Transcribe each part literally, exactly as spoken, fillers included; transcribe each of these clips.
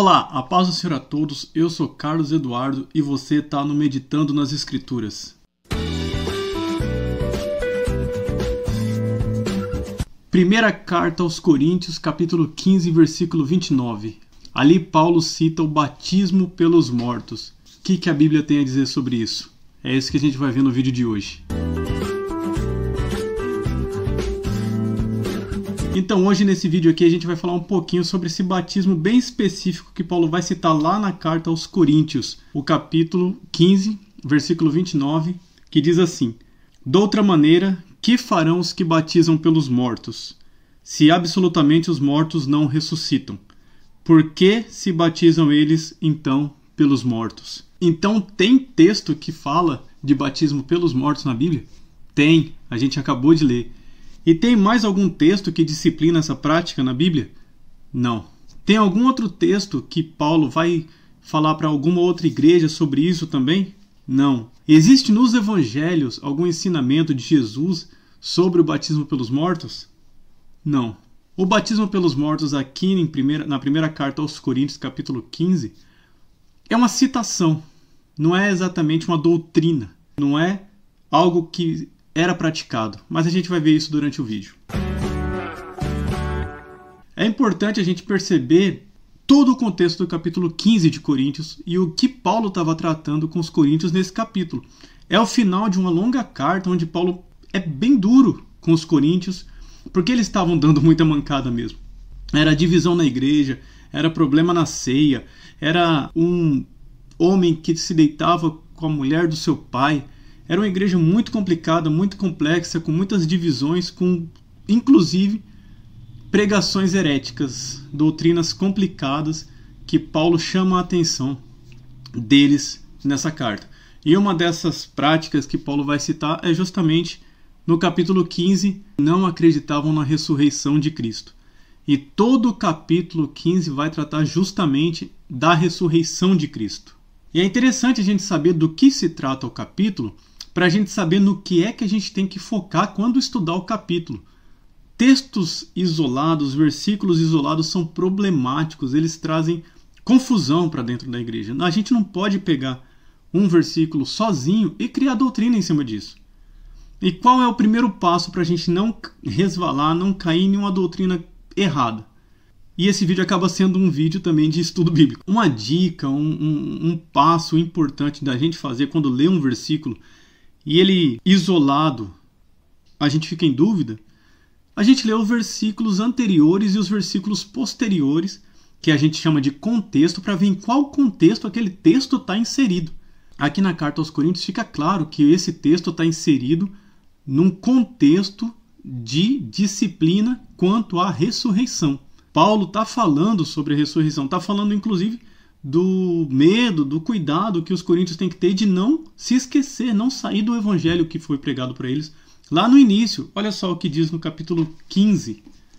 Olá, a paz do Senhor a todos, eu sou Carlos Eduardo e você está no Meditando nas Escrituras. Primeira carta aos Coríntios, capítulo quinze, versículo vinte e nove. Ali Paulo cita o batismo pelos mortos. O que, que a Bíblia tem a dizer sobre isso? É isso que a gente vai ver no vídeo de hoje. Então hoje nesse vídeo aqui a gente vai falar um pouquinho sobre esse batismo bem específico que Paulo vai citar lá na carta aos Coríntios, o capítulo quinze, versículo vinte e nove, que diz assim: Doutra maneira, que farão os que batizam pelos mortos, se absolutamente os mortos não ressuscitam? Por que se batizam eles, então, pelos mortos? Então tem texto que fala de batismo pelos mortos na Bíblia? Tem, a gente acabou de ler. E tem mais algum texto que disciplina essa prática na Bíblia? Não. Tem algum outro texto que Paulo vai falar para alguma outra igreja sobre isso também? Não. Existe nos evangelhos algum ensinamento de Jesus sobre o batismo pelos mortos? Não. O batismo pelos mortos aqui em primeira, na primeira carta aos Coríntios, capítulo quinze, é uma citação. Não é exatamente uma doutrina. Não é algo que era praticado, mas a gente vai ver isso durante o vídeo. É importante a gente perceber todo o contexto do capítulo quinze de Coríntios e o que Paulo estava tratando com os coríntios nesse capítulo. É o final de uma longa carta onde Paulo é bem duro com os coríntios, porque eles estavam dando muita mancada mesmo. Era divisão na igreja, era problema na ceia, era um homem que se deitava com a mulher do seu pai. Era uma igreja muito complicada, muito complexa, com muitas divisões, com inclusive pregações heréticas, doutrinas complicadas que Paulo chama a atenção deles nessa carta. E uma dessas práticas que Paulo vai citar é justamente no capítulo quinze, não acreditavam na ressurreição de Cristo. E todo o capítulo quinze vai tratar justamente da ressurreição de Cristo. E é interessante a gente saber do que se trata o capítulo, para a gente saber no que é que a gente tem que focar quando estudar o capítulo. Textos isolados, versículos isolados são problemáticos, eles trazem confusão para dentro da igreja. A gente não pode pegar um versículo sozinho e criar doutrina em cima disso. E qual é o primeiro passo para a gente não resvalar, não cair em nenhuma doutrina errada? E esse vídeo acaba sendo um vídeo também de estudo bíblico. Uma dica, um, um, um passo importante da gente fazer quando lê um versículo e ele isolado, a gente fica em dúvida, a gente lê os versículos anteriores e os versículos posteriores, que a gente chama de contexto, para ver em qual contexto aquele texto está inserido. Aqui na carta aos Coríntios fica claro que esse texto está inserido num contexto de disciplina quanto à ressurreição. Paulo está falando sobre a ressurreição, está falando inclusive do medo, do cuidado que os coríntios têm que ter de não se esquecer, não sair do evangelho que foi pregado para eles lá no início. Olha só o que diz no capítulo quinze,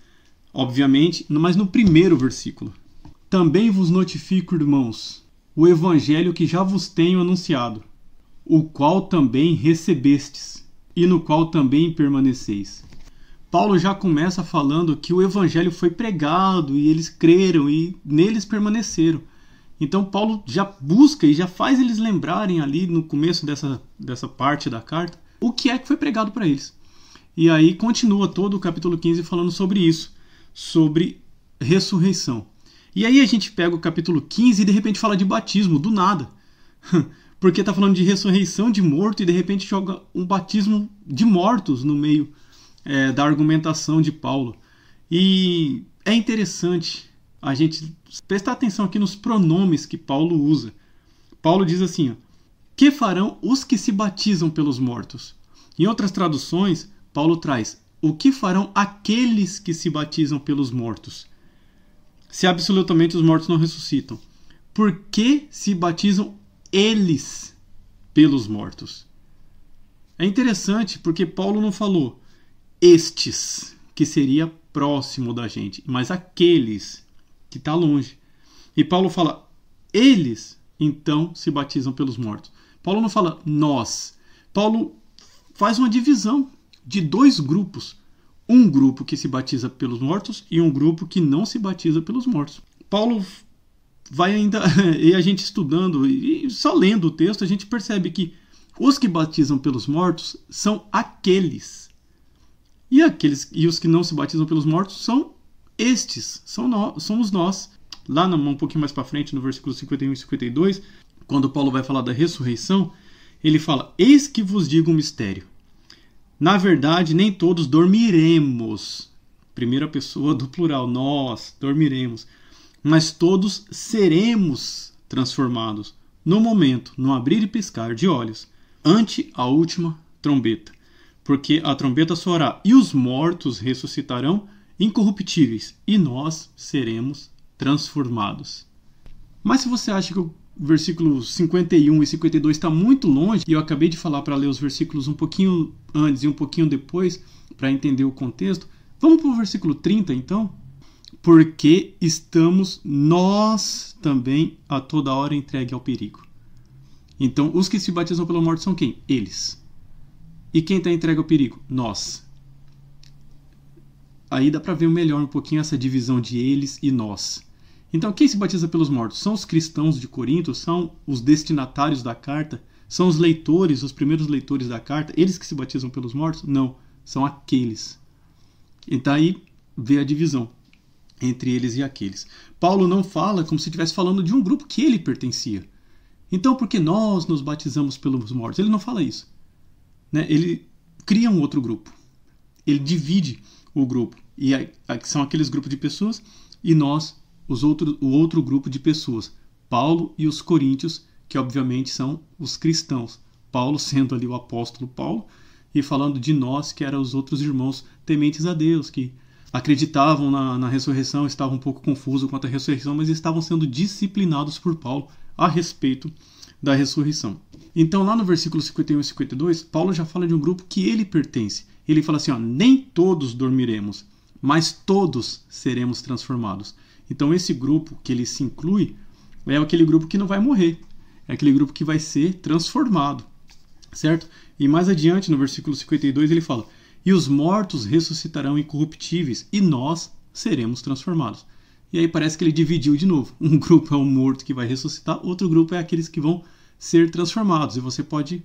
obviamente, mas no primeiro versículo. Também vos notifico, irmãos, o evangelho que já vos tenho anunciado, o qual também recebestes, e no qual também permaneceis. Paulo já começa falando que o evangelho foi pregado e eles creram e neles permaneceram. Então Paulo já busca e já faz eles lembrarem ali no começo dessa, dessa parte da carta o que é que foi pregado para eles. E aí continua todo o capítulo quinze falando sobre isso, sobre ressurreição. E aí a gente pega o capítulo quinze e de repente fala de batismo, do nada. Porque está falando de ressurreição de morto e de repente joga um batismo de mortos no meio é, da argumentação de Paulo. E é interessante a gente prestar atenção aqui nos pronomes que Paulo usa. Paulo diz assim, ó, que farão os que se batizam pelos mortos? Em outras traduções, Paulo traz, o que farão aqueles que se batizam pelos mortos? Se absolutamente os mortos não ressuscitam. Por que se batizam eles pelos mortos? É interessante porque Paulo não falou estes, que seria próximo da gente, mas aqueles que está longe. E Paulo fala, eles então se batizam pelos mortos. Paulo não fala nós. Paulo faz uma divisão de dois grupos. Um grupo que se batiza pelos mortos e um grupo que não se batiza pelos mortos. Paulo vai ainda, e a gente estudando e só lendo o texto, a gente percebe que os que batizam pelos mortos são aqueles. E aqueles e os que não se batizam pelos mortos são estes, são nós, somos nós. Lá um pouquinho mais para frente, no versículo cinquenta e um e cinquenta e dois, quando Paulo vai falar da ressurreição, ele fala: eis que vos digo um mistério. Na verdade, nem todos dormiremos. Primeira pessoa do plural, nós dormiremos. Mas todos seremos transformados no momento, no abrir e piscar de olhos, ante a última trombeta. Porque a trombeta soará, e os mortos ressuscitarão incorruptíveis, e nós seremos transformados. Mas se você acha que o versículo cinquenta e um e cinquenta e dois está muito longe, e eu acabei de falar para ler os versículos um pouquinho antes e um pouquinho depois, para entender o contexto, vamos para o versículo trinta então? Porque estamos nós também a toda hora entregue ao perigo. Então, os que se batizam pela morte são quem? Eles. E quem está entregue ao perigo? Nós. Aí dá para ver melhor um pouquinho essa divisão de eles e nós. Então, quem se batiza pelos mortos? São os cristãos de Corinto, são os destinatários da carta, são os leitores, os primeiros leitores da carta, eles que se batizam pelos mortos? Não, são aqueles. Então aí vê a divisão entre eles e aqueles. Paulo não fala como se estivesse falando de um grupo que ele pertencia. Então, porque nós nos batizamos pelos mortos? Ele não fala isso. Né? Ele cria um outro grupo. Ele divide o grupo. E aí, são aqueles grupos de pessoas e nós, os outro, o outro grupo de pessoas. Paulo e os coríntios, que obviamente são os cristãos. Paulo sendo ali o apóstolo Paulo e falando de nós, que eram os outros irmãos tementes a Deus, que acreditavam na, na ressurreição, estavam um pouco confusos quanto à ressurreição, mas estavam sendo disciplinados por Paulo a respeito da ressurreição. Então, lá no versículo cinquenta e um e cinquenta e dois, Paulo já fala de um grupo que ele pertence. Ele fala assim, ó, nem todos dormiremos, mas todos seremos transformados. Então, esse grupo que ele se inclui é aquele grupo que não vai morrer, é aquele grupo que vai ser transformado, certo? E mais adiante, no versículo cinquenta e dois, ele fala, e os mortos ressuscitarão incorruptíveis, e nós seremos transformados. E aí parece que ele dividiu de novo. Um grupo é o morto que vai ressuscitar, outro grupo é aqueles que vão ser transformados. E você pode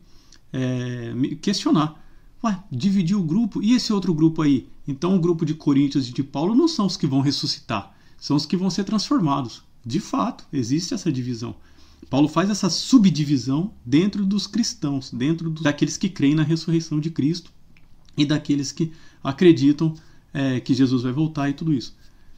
é, questionar. Ué, dividiu o grupo? E esse outro grupo aí? Então o grupo de Coríntios e de Paulo não são os que vão ressuscitar, são os que vão ser transformados. De fato, existe essa divisão. Paulo faz essa subdivisão dentro dos cristãos, dentro do, daqueles que creem na ressurreição de Cristo e daqueles que acreditam é, que Jesus vai voltar e tudo isso.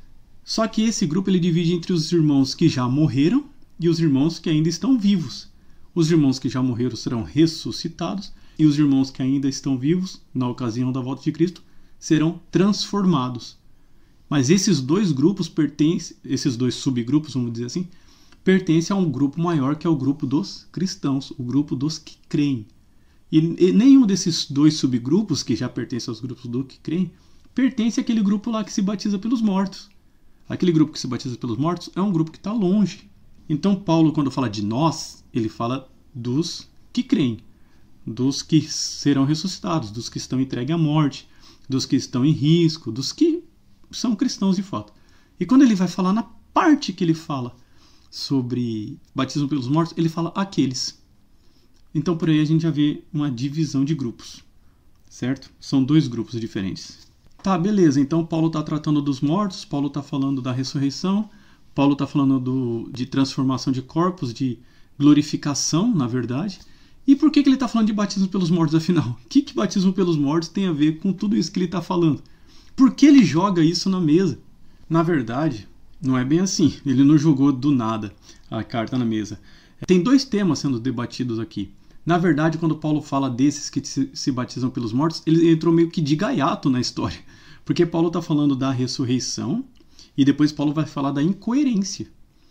Só que esse grupo ele divide entre os irmãos que já morreram e os irmãos que ainda estão vivos. Os irmãos que já morreram serão ressuscitados e os irmãos que ainda estão vivos, na ocasião da volta de Cristo, serão transformados. Mas esses dois grupos pertencem, esses dois subgrupos, vamos dizer assim, pertencem a um grupo maior que é o grupo dos cristãos, o grupo dos que creem. E, e nenhum desses dois subgrupos, que já pertencem aos grupos do que creem, pertence àquele grupo lá que se batiza pelos mortos. Aquele grupo que se batiza pelos mortos é um grupo que está longe. Então Paulo, quando fala de nós, ele fala dos que creem, dos que serão ressuscitados, dos que estão entregues à morte, dos que estão em risco, dos que são cristãos de fato. E quando ele vai falar na parte que ele fala sobre batismo pelos mortos, ele fala aqueles. Então por aí a gente já vê uma divisão de grupos, certo? São dois grupos diferentes. Tá, beleza, então Paulo está tratando dos mortos, Paulo está falando da ressurreição, Paulo está falando do, de transformação de corpos, de glorificação, na verdade. E por que, que ele está falando de batismo pelos mortos, afinal? O que, que batismo pelos mortos tem a ver com tudo isso que ele está falando? Por que ele joga isso na mesa? Na verdade, não é bem assim. Ele não jogou do nada a carta na mesa. Tem dois temas sendo debatidos aqui. Na verdade, quando Paulo fala desses que se, se batizam pelos mortos, ele entrou meio que de gaiato na história. Porque Paulo está falando da ressurreição e depois Paulo vai falar da incoerência,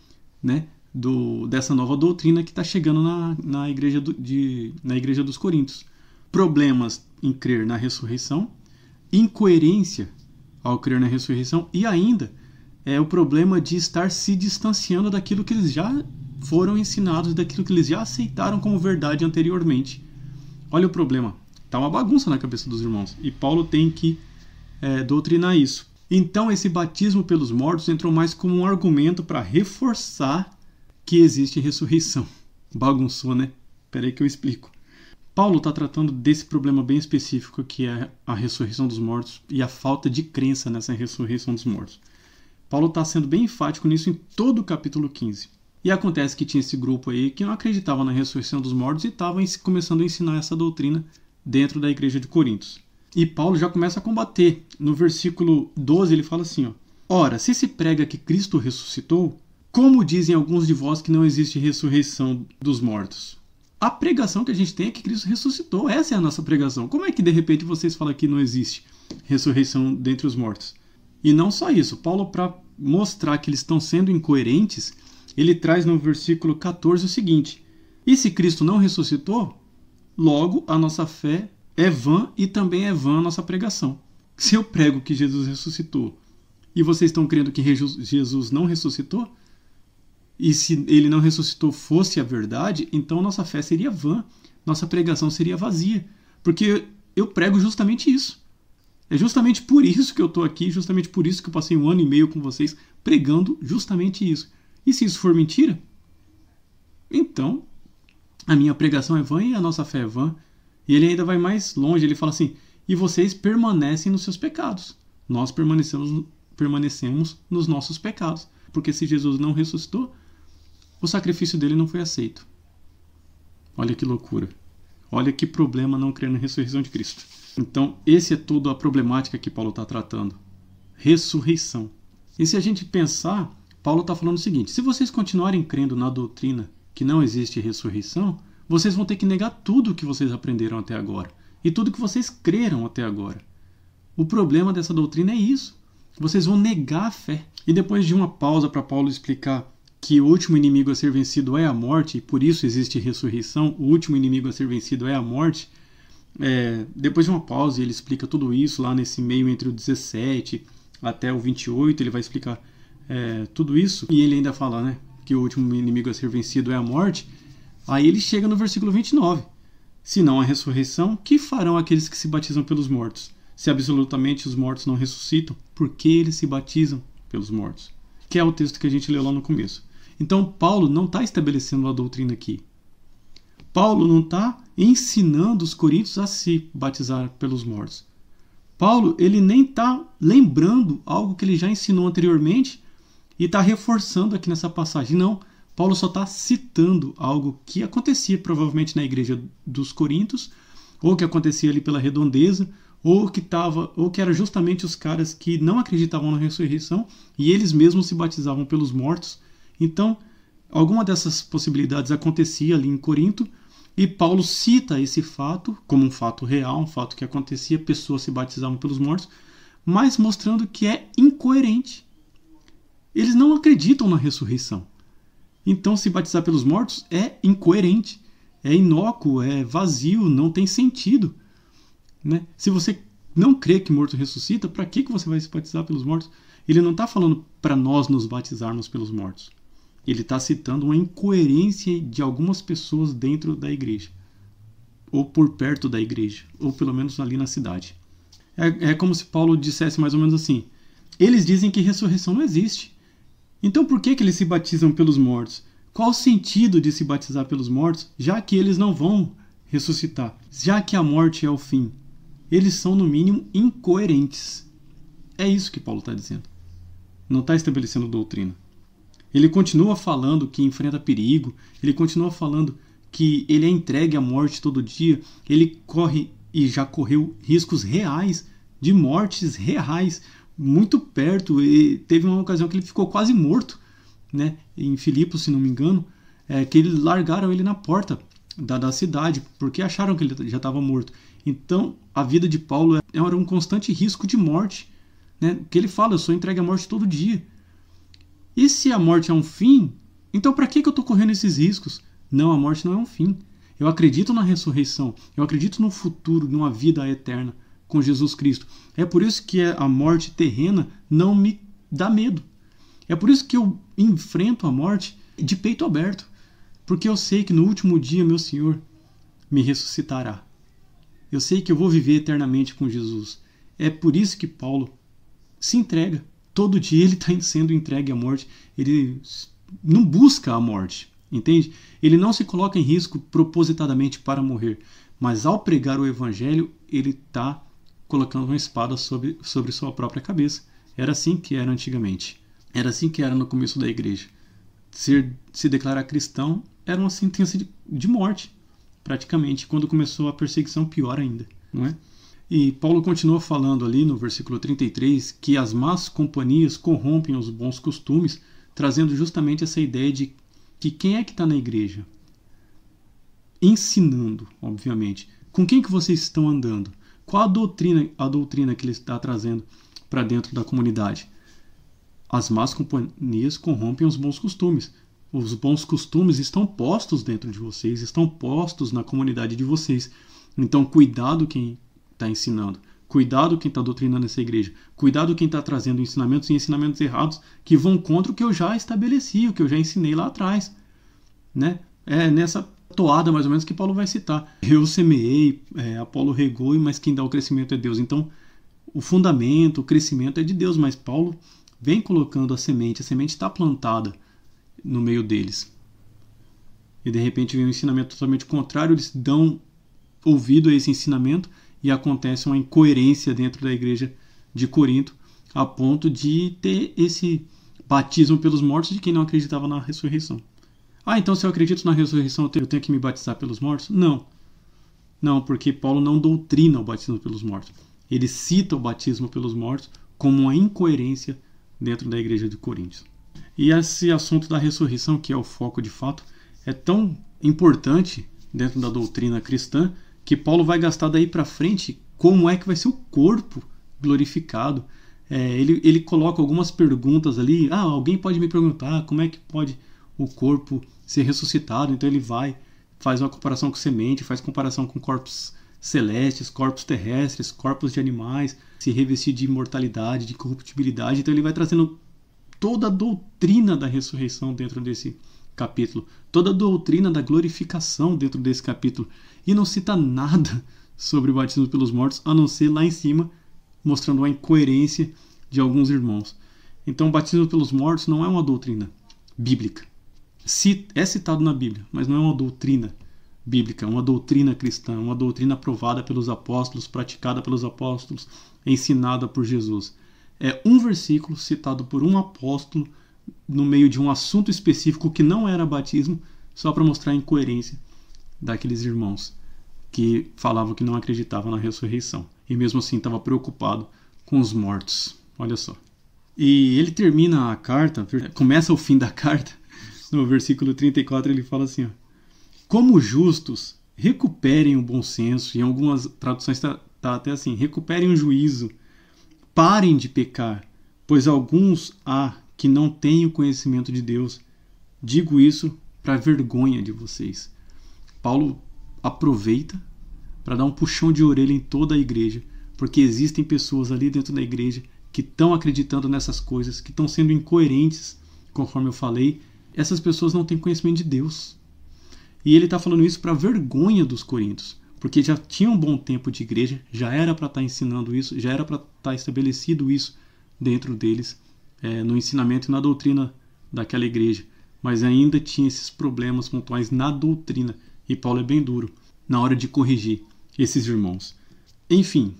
né, do, dessa nova doutrina que está chegando na, na, igreja do, de, na igreja dos Coríntios. Problemas em crer na ressurreição, incoerência ao crer na ressurreição e ainda é o problema de estar se distanciando daquilo que eles já foram ensinados, daquilo que eles já aceitaram como verdade anteriormente. Olha o problema. Está uma bagunça na cabeça dos irmãos. E Paulo tem que é, doutrinar isso. Então esse batismo pelos mortos entrou mais como um argumento para reforçar que existe ressurreição. Bagunçou, né? Peraí que eu explico. Paulo está tratando desse problema bem específico que é a ressurreição dos mortos e a falta de crença nessa ressurreição dos mortos. Paulo está sendo bem enfático nisso em todo o capítulo quinze. E acontece que tinha esse grupo aí que não acreditava na ressurreição dos mortos e estava começando a ensinar essa doutrina dentro da igreja de Corintos. E Paulo já começa a combater. No versículo doze ele fala assim, ó, ora, se se prega que Cristo ressuscitou, como dizem alguns de vós que não existe ressurreição dos mortos? A pregação que a gente tem é que Cristo ressuscitou. Essa é a nossa pregação. Como é que de repente vocês falam que não existe ressurreição dentre os mortos? E não só isso. Paulo, para mostrar que eles estão sendo incoerentes, ele traz no versículo quatorze o seguinte: e se Cristo não ressuscitou, logo a nossa fé é vã e também é vã a nossa pregação. Se eu prego que Jesus ressuscitou e vocês estão crendo que Jesus não ressuscitou, e se ele não ressuscitou fosse a verdade, então nossa fé seria vã, nossa pregação seria vazia. Porque eu prego justamente isso. É justamente por isso que eu estou aqui, justamente por isso que eu passei um ano e meio com vocês pregando justamente isso. E se isso for mentira, então a minha pregação é vã e a nossa fé é vã. E ele ainda vai mais longe, ele fala assim, e vocês permanecem nos seus pecados. Nós permanecemos, permanecemos nos nossos pecados. Porque se Jesus não ressuscitou, o sacrifício dele não foi aceito. Olha que loucura. Olha que problema não crer na ressurreição de Cristo. Então, esse é toda a problemática que Paulo está tratando. Ressurreição. E se a gente pensar, Paulo está falando o seguinte, se vocês continuarem crendo na doutrina que não existe ressurreição, vocês vão ter que negar tudo que vocês aprenderam até agora. E tudo que vocês creram até agora. O problema dessa doutrina é isso. Vocês vão negar a fé. E depois de uma pausa para Paulo explicar que o último inimigo a ser vencido é a morte, e por isso existe ressurreição, o último inimigo a ser vencido é a morte, é, depois de uma pausa ele explica tudo isso lá nesse meio entre o dezessete até o vinte e oito, ele vai explicar é, tudo isso, e ele ainda fala, né, que o último inimigo a ser vencido é a morte. Aí ele chega no versículo vinte e nove, se não a ressurreição, que farão aqueles que se batizam pelos mortos? Se absolutamente os mortos não ressuscitam, por que eles se batizam pelos mortos? Que é o texto que a gente leu lá no começo. Então Paulo não está estabelecendo a doutrina aqui. Paulo não está ensinando os coríntios a se batizar pelos mortos. Paulo ele nem está lembrando algo que ele já ensinou anteriormente e está reforçando aqui nessa passagem. Não, Paulo só está citando algo que acontecia provavelmente na igreja dos Coríntios, ou que acontecia ali pela redondeza, ou que, tava, ou que era justamente os caras que não acreditavam na ressurreição e eles mesmos se batizavam pelos mortos. Então, alguma dessas possibilidades acontecia ali em Corinto, e Paulo cita esse fato como um fato real, um fato que acontecia, pessoas se batizavam pelos mortos, mas mostrando que é incoerente. Eles não acreditam na ressurreição. Então, se batizar pelos mortos é incoerente, é inócuo, é vazio, não tem sentido. Né? Se você não crê que morto ressuscita, para que você vai se batizar pelos mortos? Ele não está falando para nós nos batizarmos pelos mortos. Ele está citando uma incoerência de algumas pessoas dentro da igreja, ou por perto da igreja, ou pelo menos ali na cidade. É, é como se Paulo dissesse mais ou menos assim, eles dizem que ressurreição não existe. Então por que, que eles se batizam pelos mortos? Qual o sentido de se batizar pelos mortos, já que eles não vão ressuscitar? Já que a morte é o fim. Eles são, no mínimo, incoerentes. É isso que Paulo está dizendo. Não está estabelecendo doutrina. Ele continua falando que enfrenta perigo, ele continua falando que ele é entregue à morte todo dia, ele corre e já correu riscos reais, de mortes reais, muito perto, e teve uma ocasião que ele ficou quase morto, né, em Filipos, se não me engano, é, que eles largaram ele na porta da, da cidade, porque acharam que ele já estava morto. Então, a vida de Paulo era um constante risco de morte, né, que ele fala, eu sou entregue à morte todo dia. E se a morte é um fim, então para que, que eu estou correndo esses riscos? Não, a morte não é um fim. Eu acredito na ressurreição, eu acredito no futuro, numa vida eterna com Jesus Cristo. É por isso que a morte terrena não me dá medo. É por isso que eu enfrento a morte de peito aberto. Porque eu sei que no último dia meu Senhor me ressuscitará. Eu sei que eu vou viver eternamente com Jesus. É por isso que Paulo se entrega. Todo dia ele está sendo entregue à morte. Ele não busca a morte, entende? Ele não se coloca em risco propositadamente para morrer, mas ao pregar o evangelho, ele está colocando uma espada sobre, sobre sua própria cabeça. Era assim que era antigamente. Era assim que era no começo da igreja. Ser, se declarar cristão era uma sentença de, de morte, praticamente. Quando começou a perseguição, pior ainda, não é? E Paulo continua falando ali no versículo trinta e três que as más companhias corrompem os bons costumes, trazendo justamente essa ideia de que quem é que está na igreja? Ensinando, obviamente. Com quem que vocês estão andando? Qual a doutrina, a doutrina que ele está trazendo para dentro da comunidade? As más companhias corrompem os bons costumes. Os bons costumes estão postos dentro de vocês, estão postos na comunidade de vocês. Então, cuidado quem está ensinando. Cuidado quem está doutrinando essa igreja. Cuidado quem está trazendo ensinamentos e ensinamentos errados que vão contra o que eu já estabeleci, o que eu já ensinei lá atrás. Né? É nessa toada, mais ou menos, que Paulo vai citar. Eu semeei, é, Apolo regou, mas quem dá o crescimento é Deus. Então, o fundamento, o crescimento é de Deus, mas Paulo vem colocando a semente. A semente está plantada no meio deles. E, de repente, vem um ensinamento totalmente contrário. Eles dão ouvido a esse ensinamento e acontece uma incoerência dentro da igreja de Corinto, a ponto de ter esse batismo pelos mortos de quem não acreditava na ressurreição. Ah, então se eu acredito na ressurreição eu tenho que me batizar pelos mortos? Não. Não, porque Paulo não doutrina o batismo pelos mortos. Ele cita o batismo pelos mortos como uma incoerência dentro da igreja de Coríntios. E esse assunto da ressurreição, que é o foco de fato, é tão importante dentro da doutrina cristã que Paulo vai gastar daí para frente como é que vai ser o corpo glorificado. É, ele, ele coloca algumas perguntas ali. Ah, alguém pode me perguntar como é que pode o corpo ser ressuscitado. Então ele vai, faz uma comparação com semente, faz comparação com corpos celestes, corpos terrestres, corpos de animais, se revestir de imortalidade, de corruptibilidade. Então ele vai trazendo toda a doutrina da ressurreição dentro desse capítulo, toda a doutrina da glorificação dentro desse capítulo, e não cita nada sobre o batismo pelos mortos, a não ser lá em cima, mostrando a incoerência de alguns irmãos. Então o batismo pelos mortos não é uma doutrina bíblica. É citado na Bíblia, mas não é uma doutrina bíblica, é uma doutrina cristã, uma doutrina aprovada pelos apóstolos, praticada pelos apóstolos, ensinada por Jesus. É um versículo citado por um apóstolo no meio de um assunto específico que não era batismo, só para mostrar a incoerência daqueles irmãos que falavam que não acreditavam na ressurreição. E mesmo assim estava preocupado com os mortos. Olha só. E ele termina a carta, começa o fim da carta, no versículo trinta e quatro ele fala assim, ó, como justos, recuperem o bom senso, em algumas traduções está tá até assim, recuperem o juízo, parem de pecar, pois alguns há que não têm o conhecimento de Deus. Digo isso para vergonha de vocês. Paulo aproveita para dar um puxão de orelha em toda a igreja, porque existem pessoas ali dentro da igreja que estão acreditando nessas coisas, que estão sendo incoerentes, conforme eu falei. Essas pessoas não têm conhecimento de Deus. E ele está falando isso para vergonha dos coríntios, porque já tinha um bom tempo de igreja, já era para estar ensinando isso, já era para estar estabelecido isso dentro deles, é, no ensinamento e na doutrina daquela igreja, mas ainda tinha esses problemas pontuais na doutrina, e Paulo é bem duro na hora de corrigir esses irmãos. Enfim,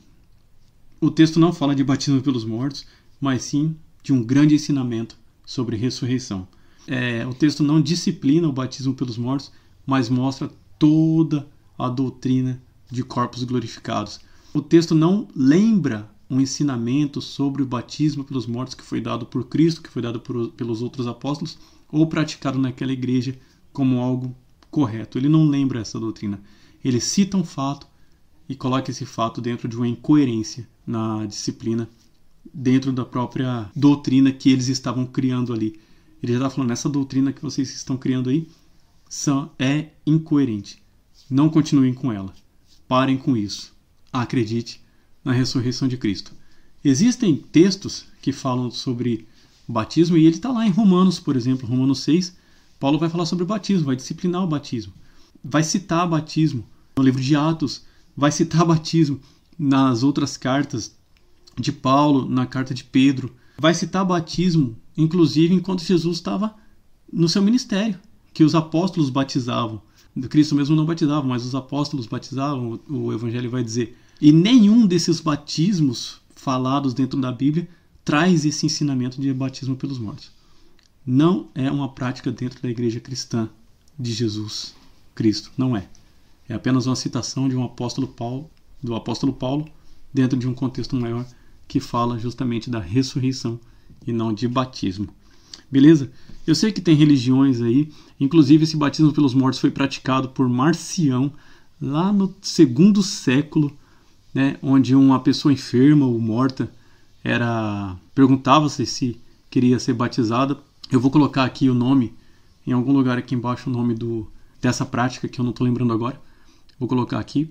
o texto não fala de batismo pelos mortos, mas sim de um grande ensinamento sobre ressurreição. É, o texto não disciplina o batismo pelos mortos, mas mostra toda a doutrina de corpos glorificados. O texto não lembra um ensinamento sobre o batismo pelos mortos que foi dado por Cristo, que foi dado por, pelos outros apóstolos, ou praticado naquela igreja como algo correto. Ele não lembra essa doutrina. Ele cita um fato e coloca esse fato dentro de uma incoerência na disciplina, dentro da própria doutrina que eles estavam criando ali. Ele já está falando, essa doutrina que vocês estão criando aí é incoerente. Não continuem com ela. Parem com isso. Acredite na ressurreição de Cristo. Existem textos que falam sobre batismo, e ele está lá em Romanos, por exemplo, Romanos seis, Paulo vai falar sobre o batismo, vai disciplinar o batismo, vai citar batismo no livro de Atos, vai citar batismo nas outras cartas de Paulo, na carta de Pedro, vai citar batismo, inclusive enquanto Jesus estava no seu ministério, que os apóstolos batizavam. Cristo mesmo não batizava, mas os apóstolos batizavam, o Evangelho vai dizer. E nenhum desses batismos falados dentro da Bíblia traz esse ensinamento de batismo pelos mortos. Não é uma prática dentro da igreja cristã de Jesus Cristo, não é. É apenas uma citação de um apóstolo Paulo, do apóstolo Paulo, dentro de um contexto maior que fala justamente da ressurreição e não de batismo. Beleza? Eu sei que tem religiões aí, inclusive esse batismo pelos mortos foi praticado por Marcião lá no segundo século, né, onde uma pessoa enferma ou morta era perguntava-se se queria ser batizada. Eu vou colocar aqui o nome, em algum lugar aqui embaixo, o nome do, dessa prática que eu não estou lembrando agora. Vou colocar aqui.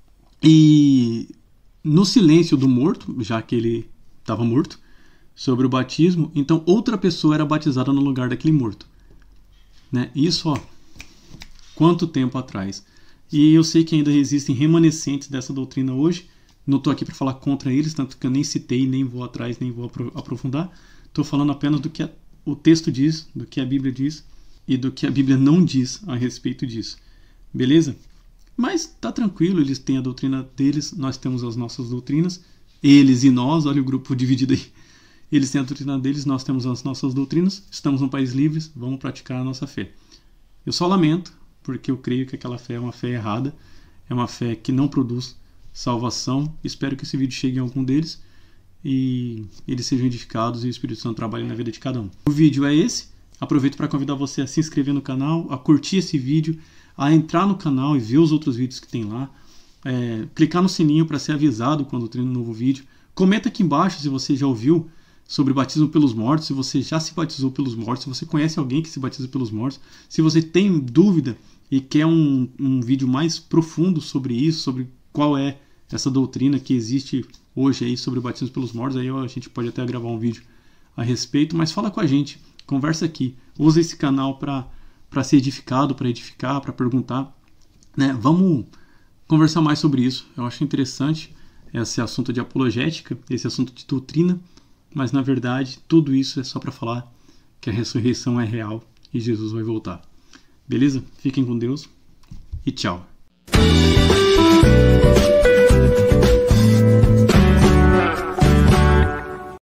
E no silêncio do morto, já que ele estava morto, sobre o batismo, então outra pessoa era batizada no lugar daquele morto. Né? Isso, ó, quanto tempo atrás. E eu sei que ainda existem remanescentes dessa doutrina hoje. Não estou aqui para falar contra eles, tanto que eu nem citei, nem vou atrás, nem vou aprofundar. Estou falando apenas do que o texto diz, do que a Bíblia diz e do que a Bíblia não diz a respeito disso. Beleza? Mas tá tranquilo, eles têm a doutrina deles, nós temos as nossas doutrinas. Eles e nós, olha o grupo dividido aí. Eles têm a doutrina deles, nós temos as nossas doutrinas. Estamos num país livre, vamos praticar a nossa fé. Eu só lamento, porque eu creio que aquela fé é uma fé errada, é uma fé que não produz salvação. Espero que esse vídeo chegue em algum deles e eles sejam edificados e o Espírito Santo trabalhe na vida de cada um. O vídeo é esse. Aproveito para convidar você a se inscrever no canal, a curtir esse vídeo, a entrar no canal e ver os outros vídeos que tem lá. É, clicar no sininho para ser avisado quando tem um novo vídeo. Comenta aqui embaixo se você já ouviu sobre batismo pelos mortos, se você já se batizou pelos mortos, se você conhece alguém que se batiza pelos mortos, se você tem dúvida e quer um, um vídeo mais profundo sobre isso, sobre qual é essa doutrina que existe hoje aí sobre o batismo pelos mortos, aí a gente pode até gravar um vídeo a respeito, mas fala com a gente, conversa aqui, usa esse canal para para ser edificado, para edificar, para perguntar, né? Vamos conversar mais sobre isso. Eu acho interessante esse assunto de apologética, esse assunto de doutrina, mas na verdade tudo isso é só para falar que a ressurreição é real e Jesus vai voltar. Beleza? Fiquem com Deus e tchau.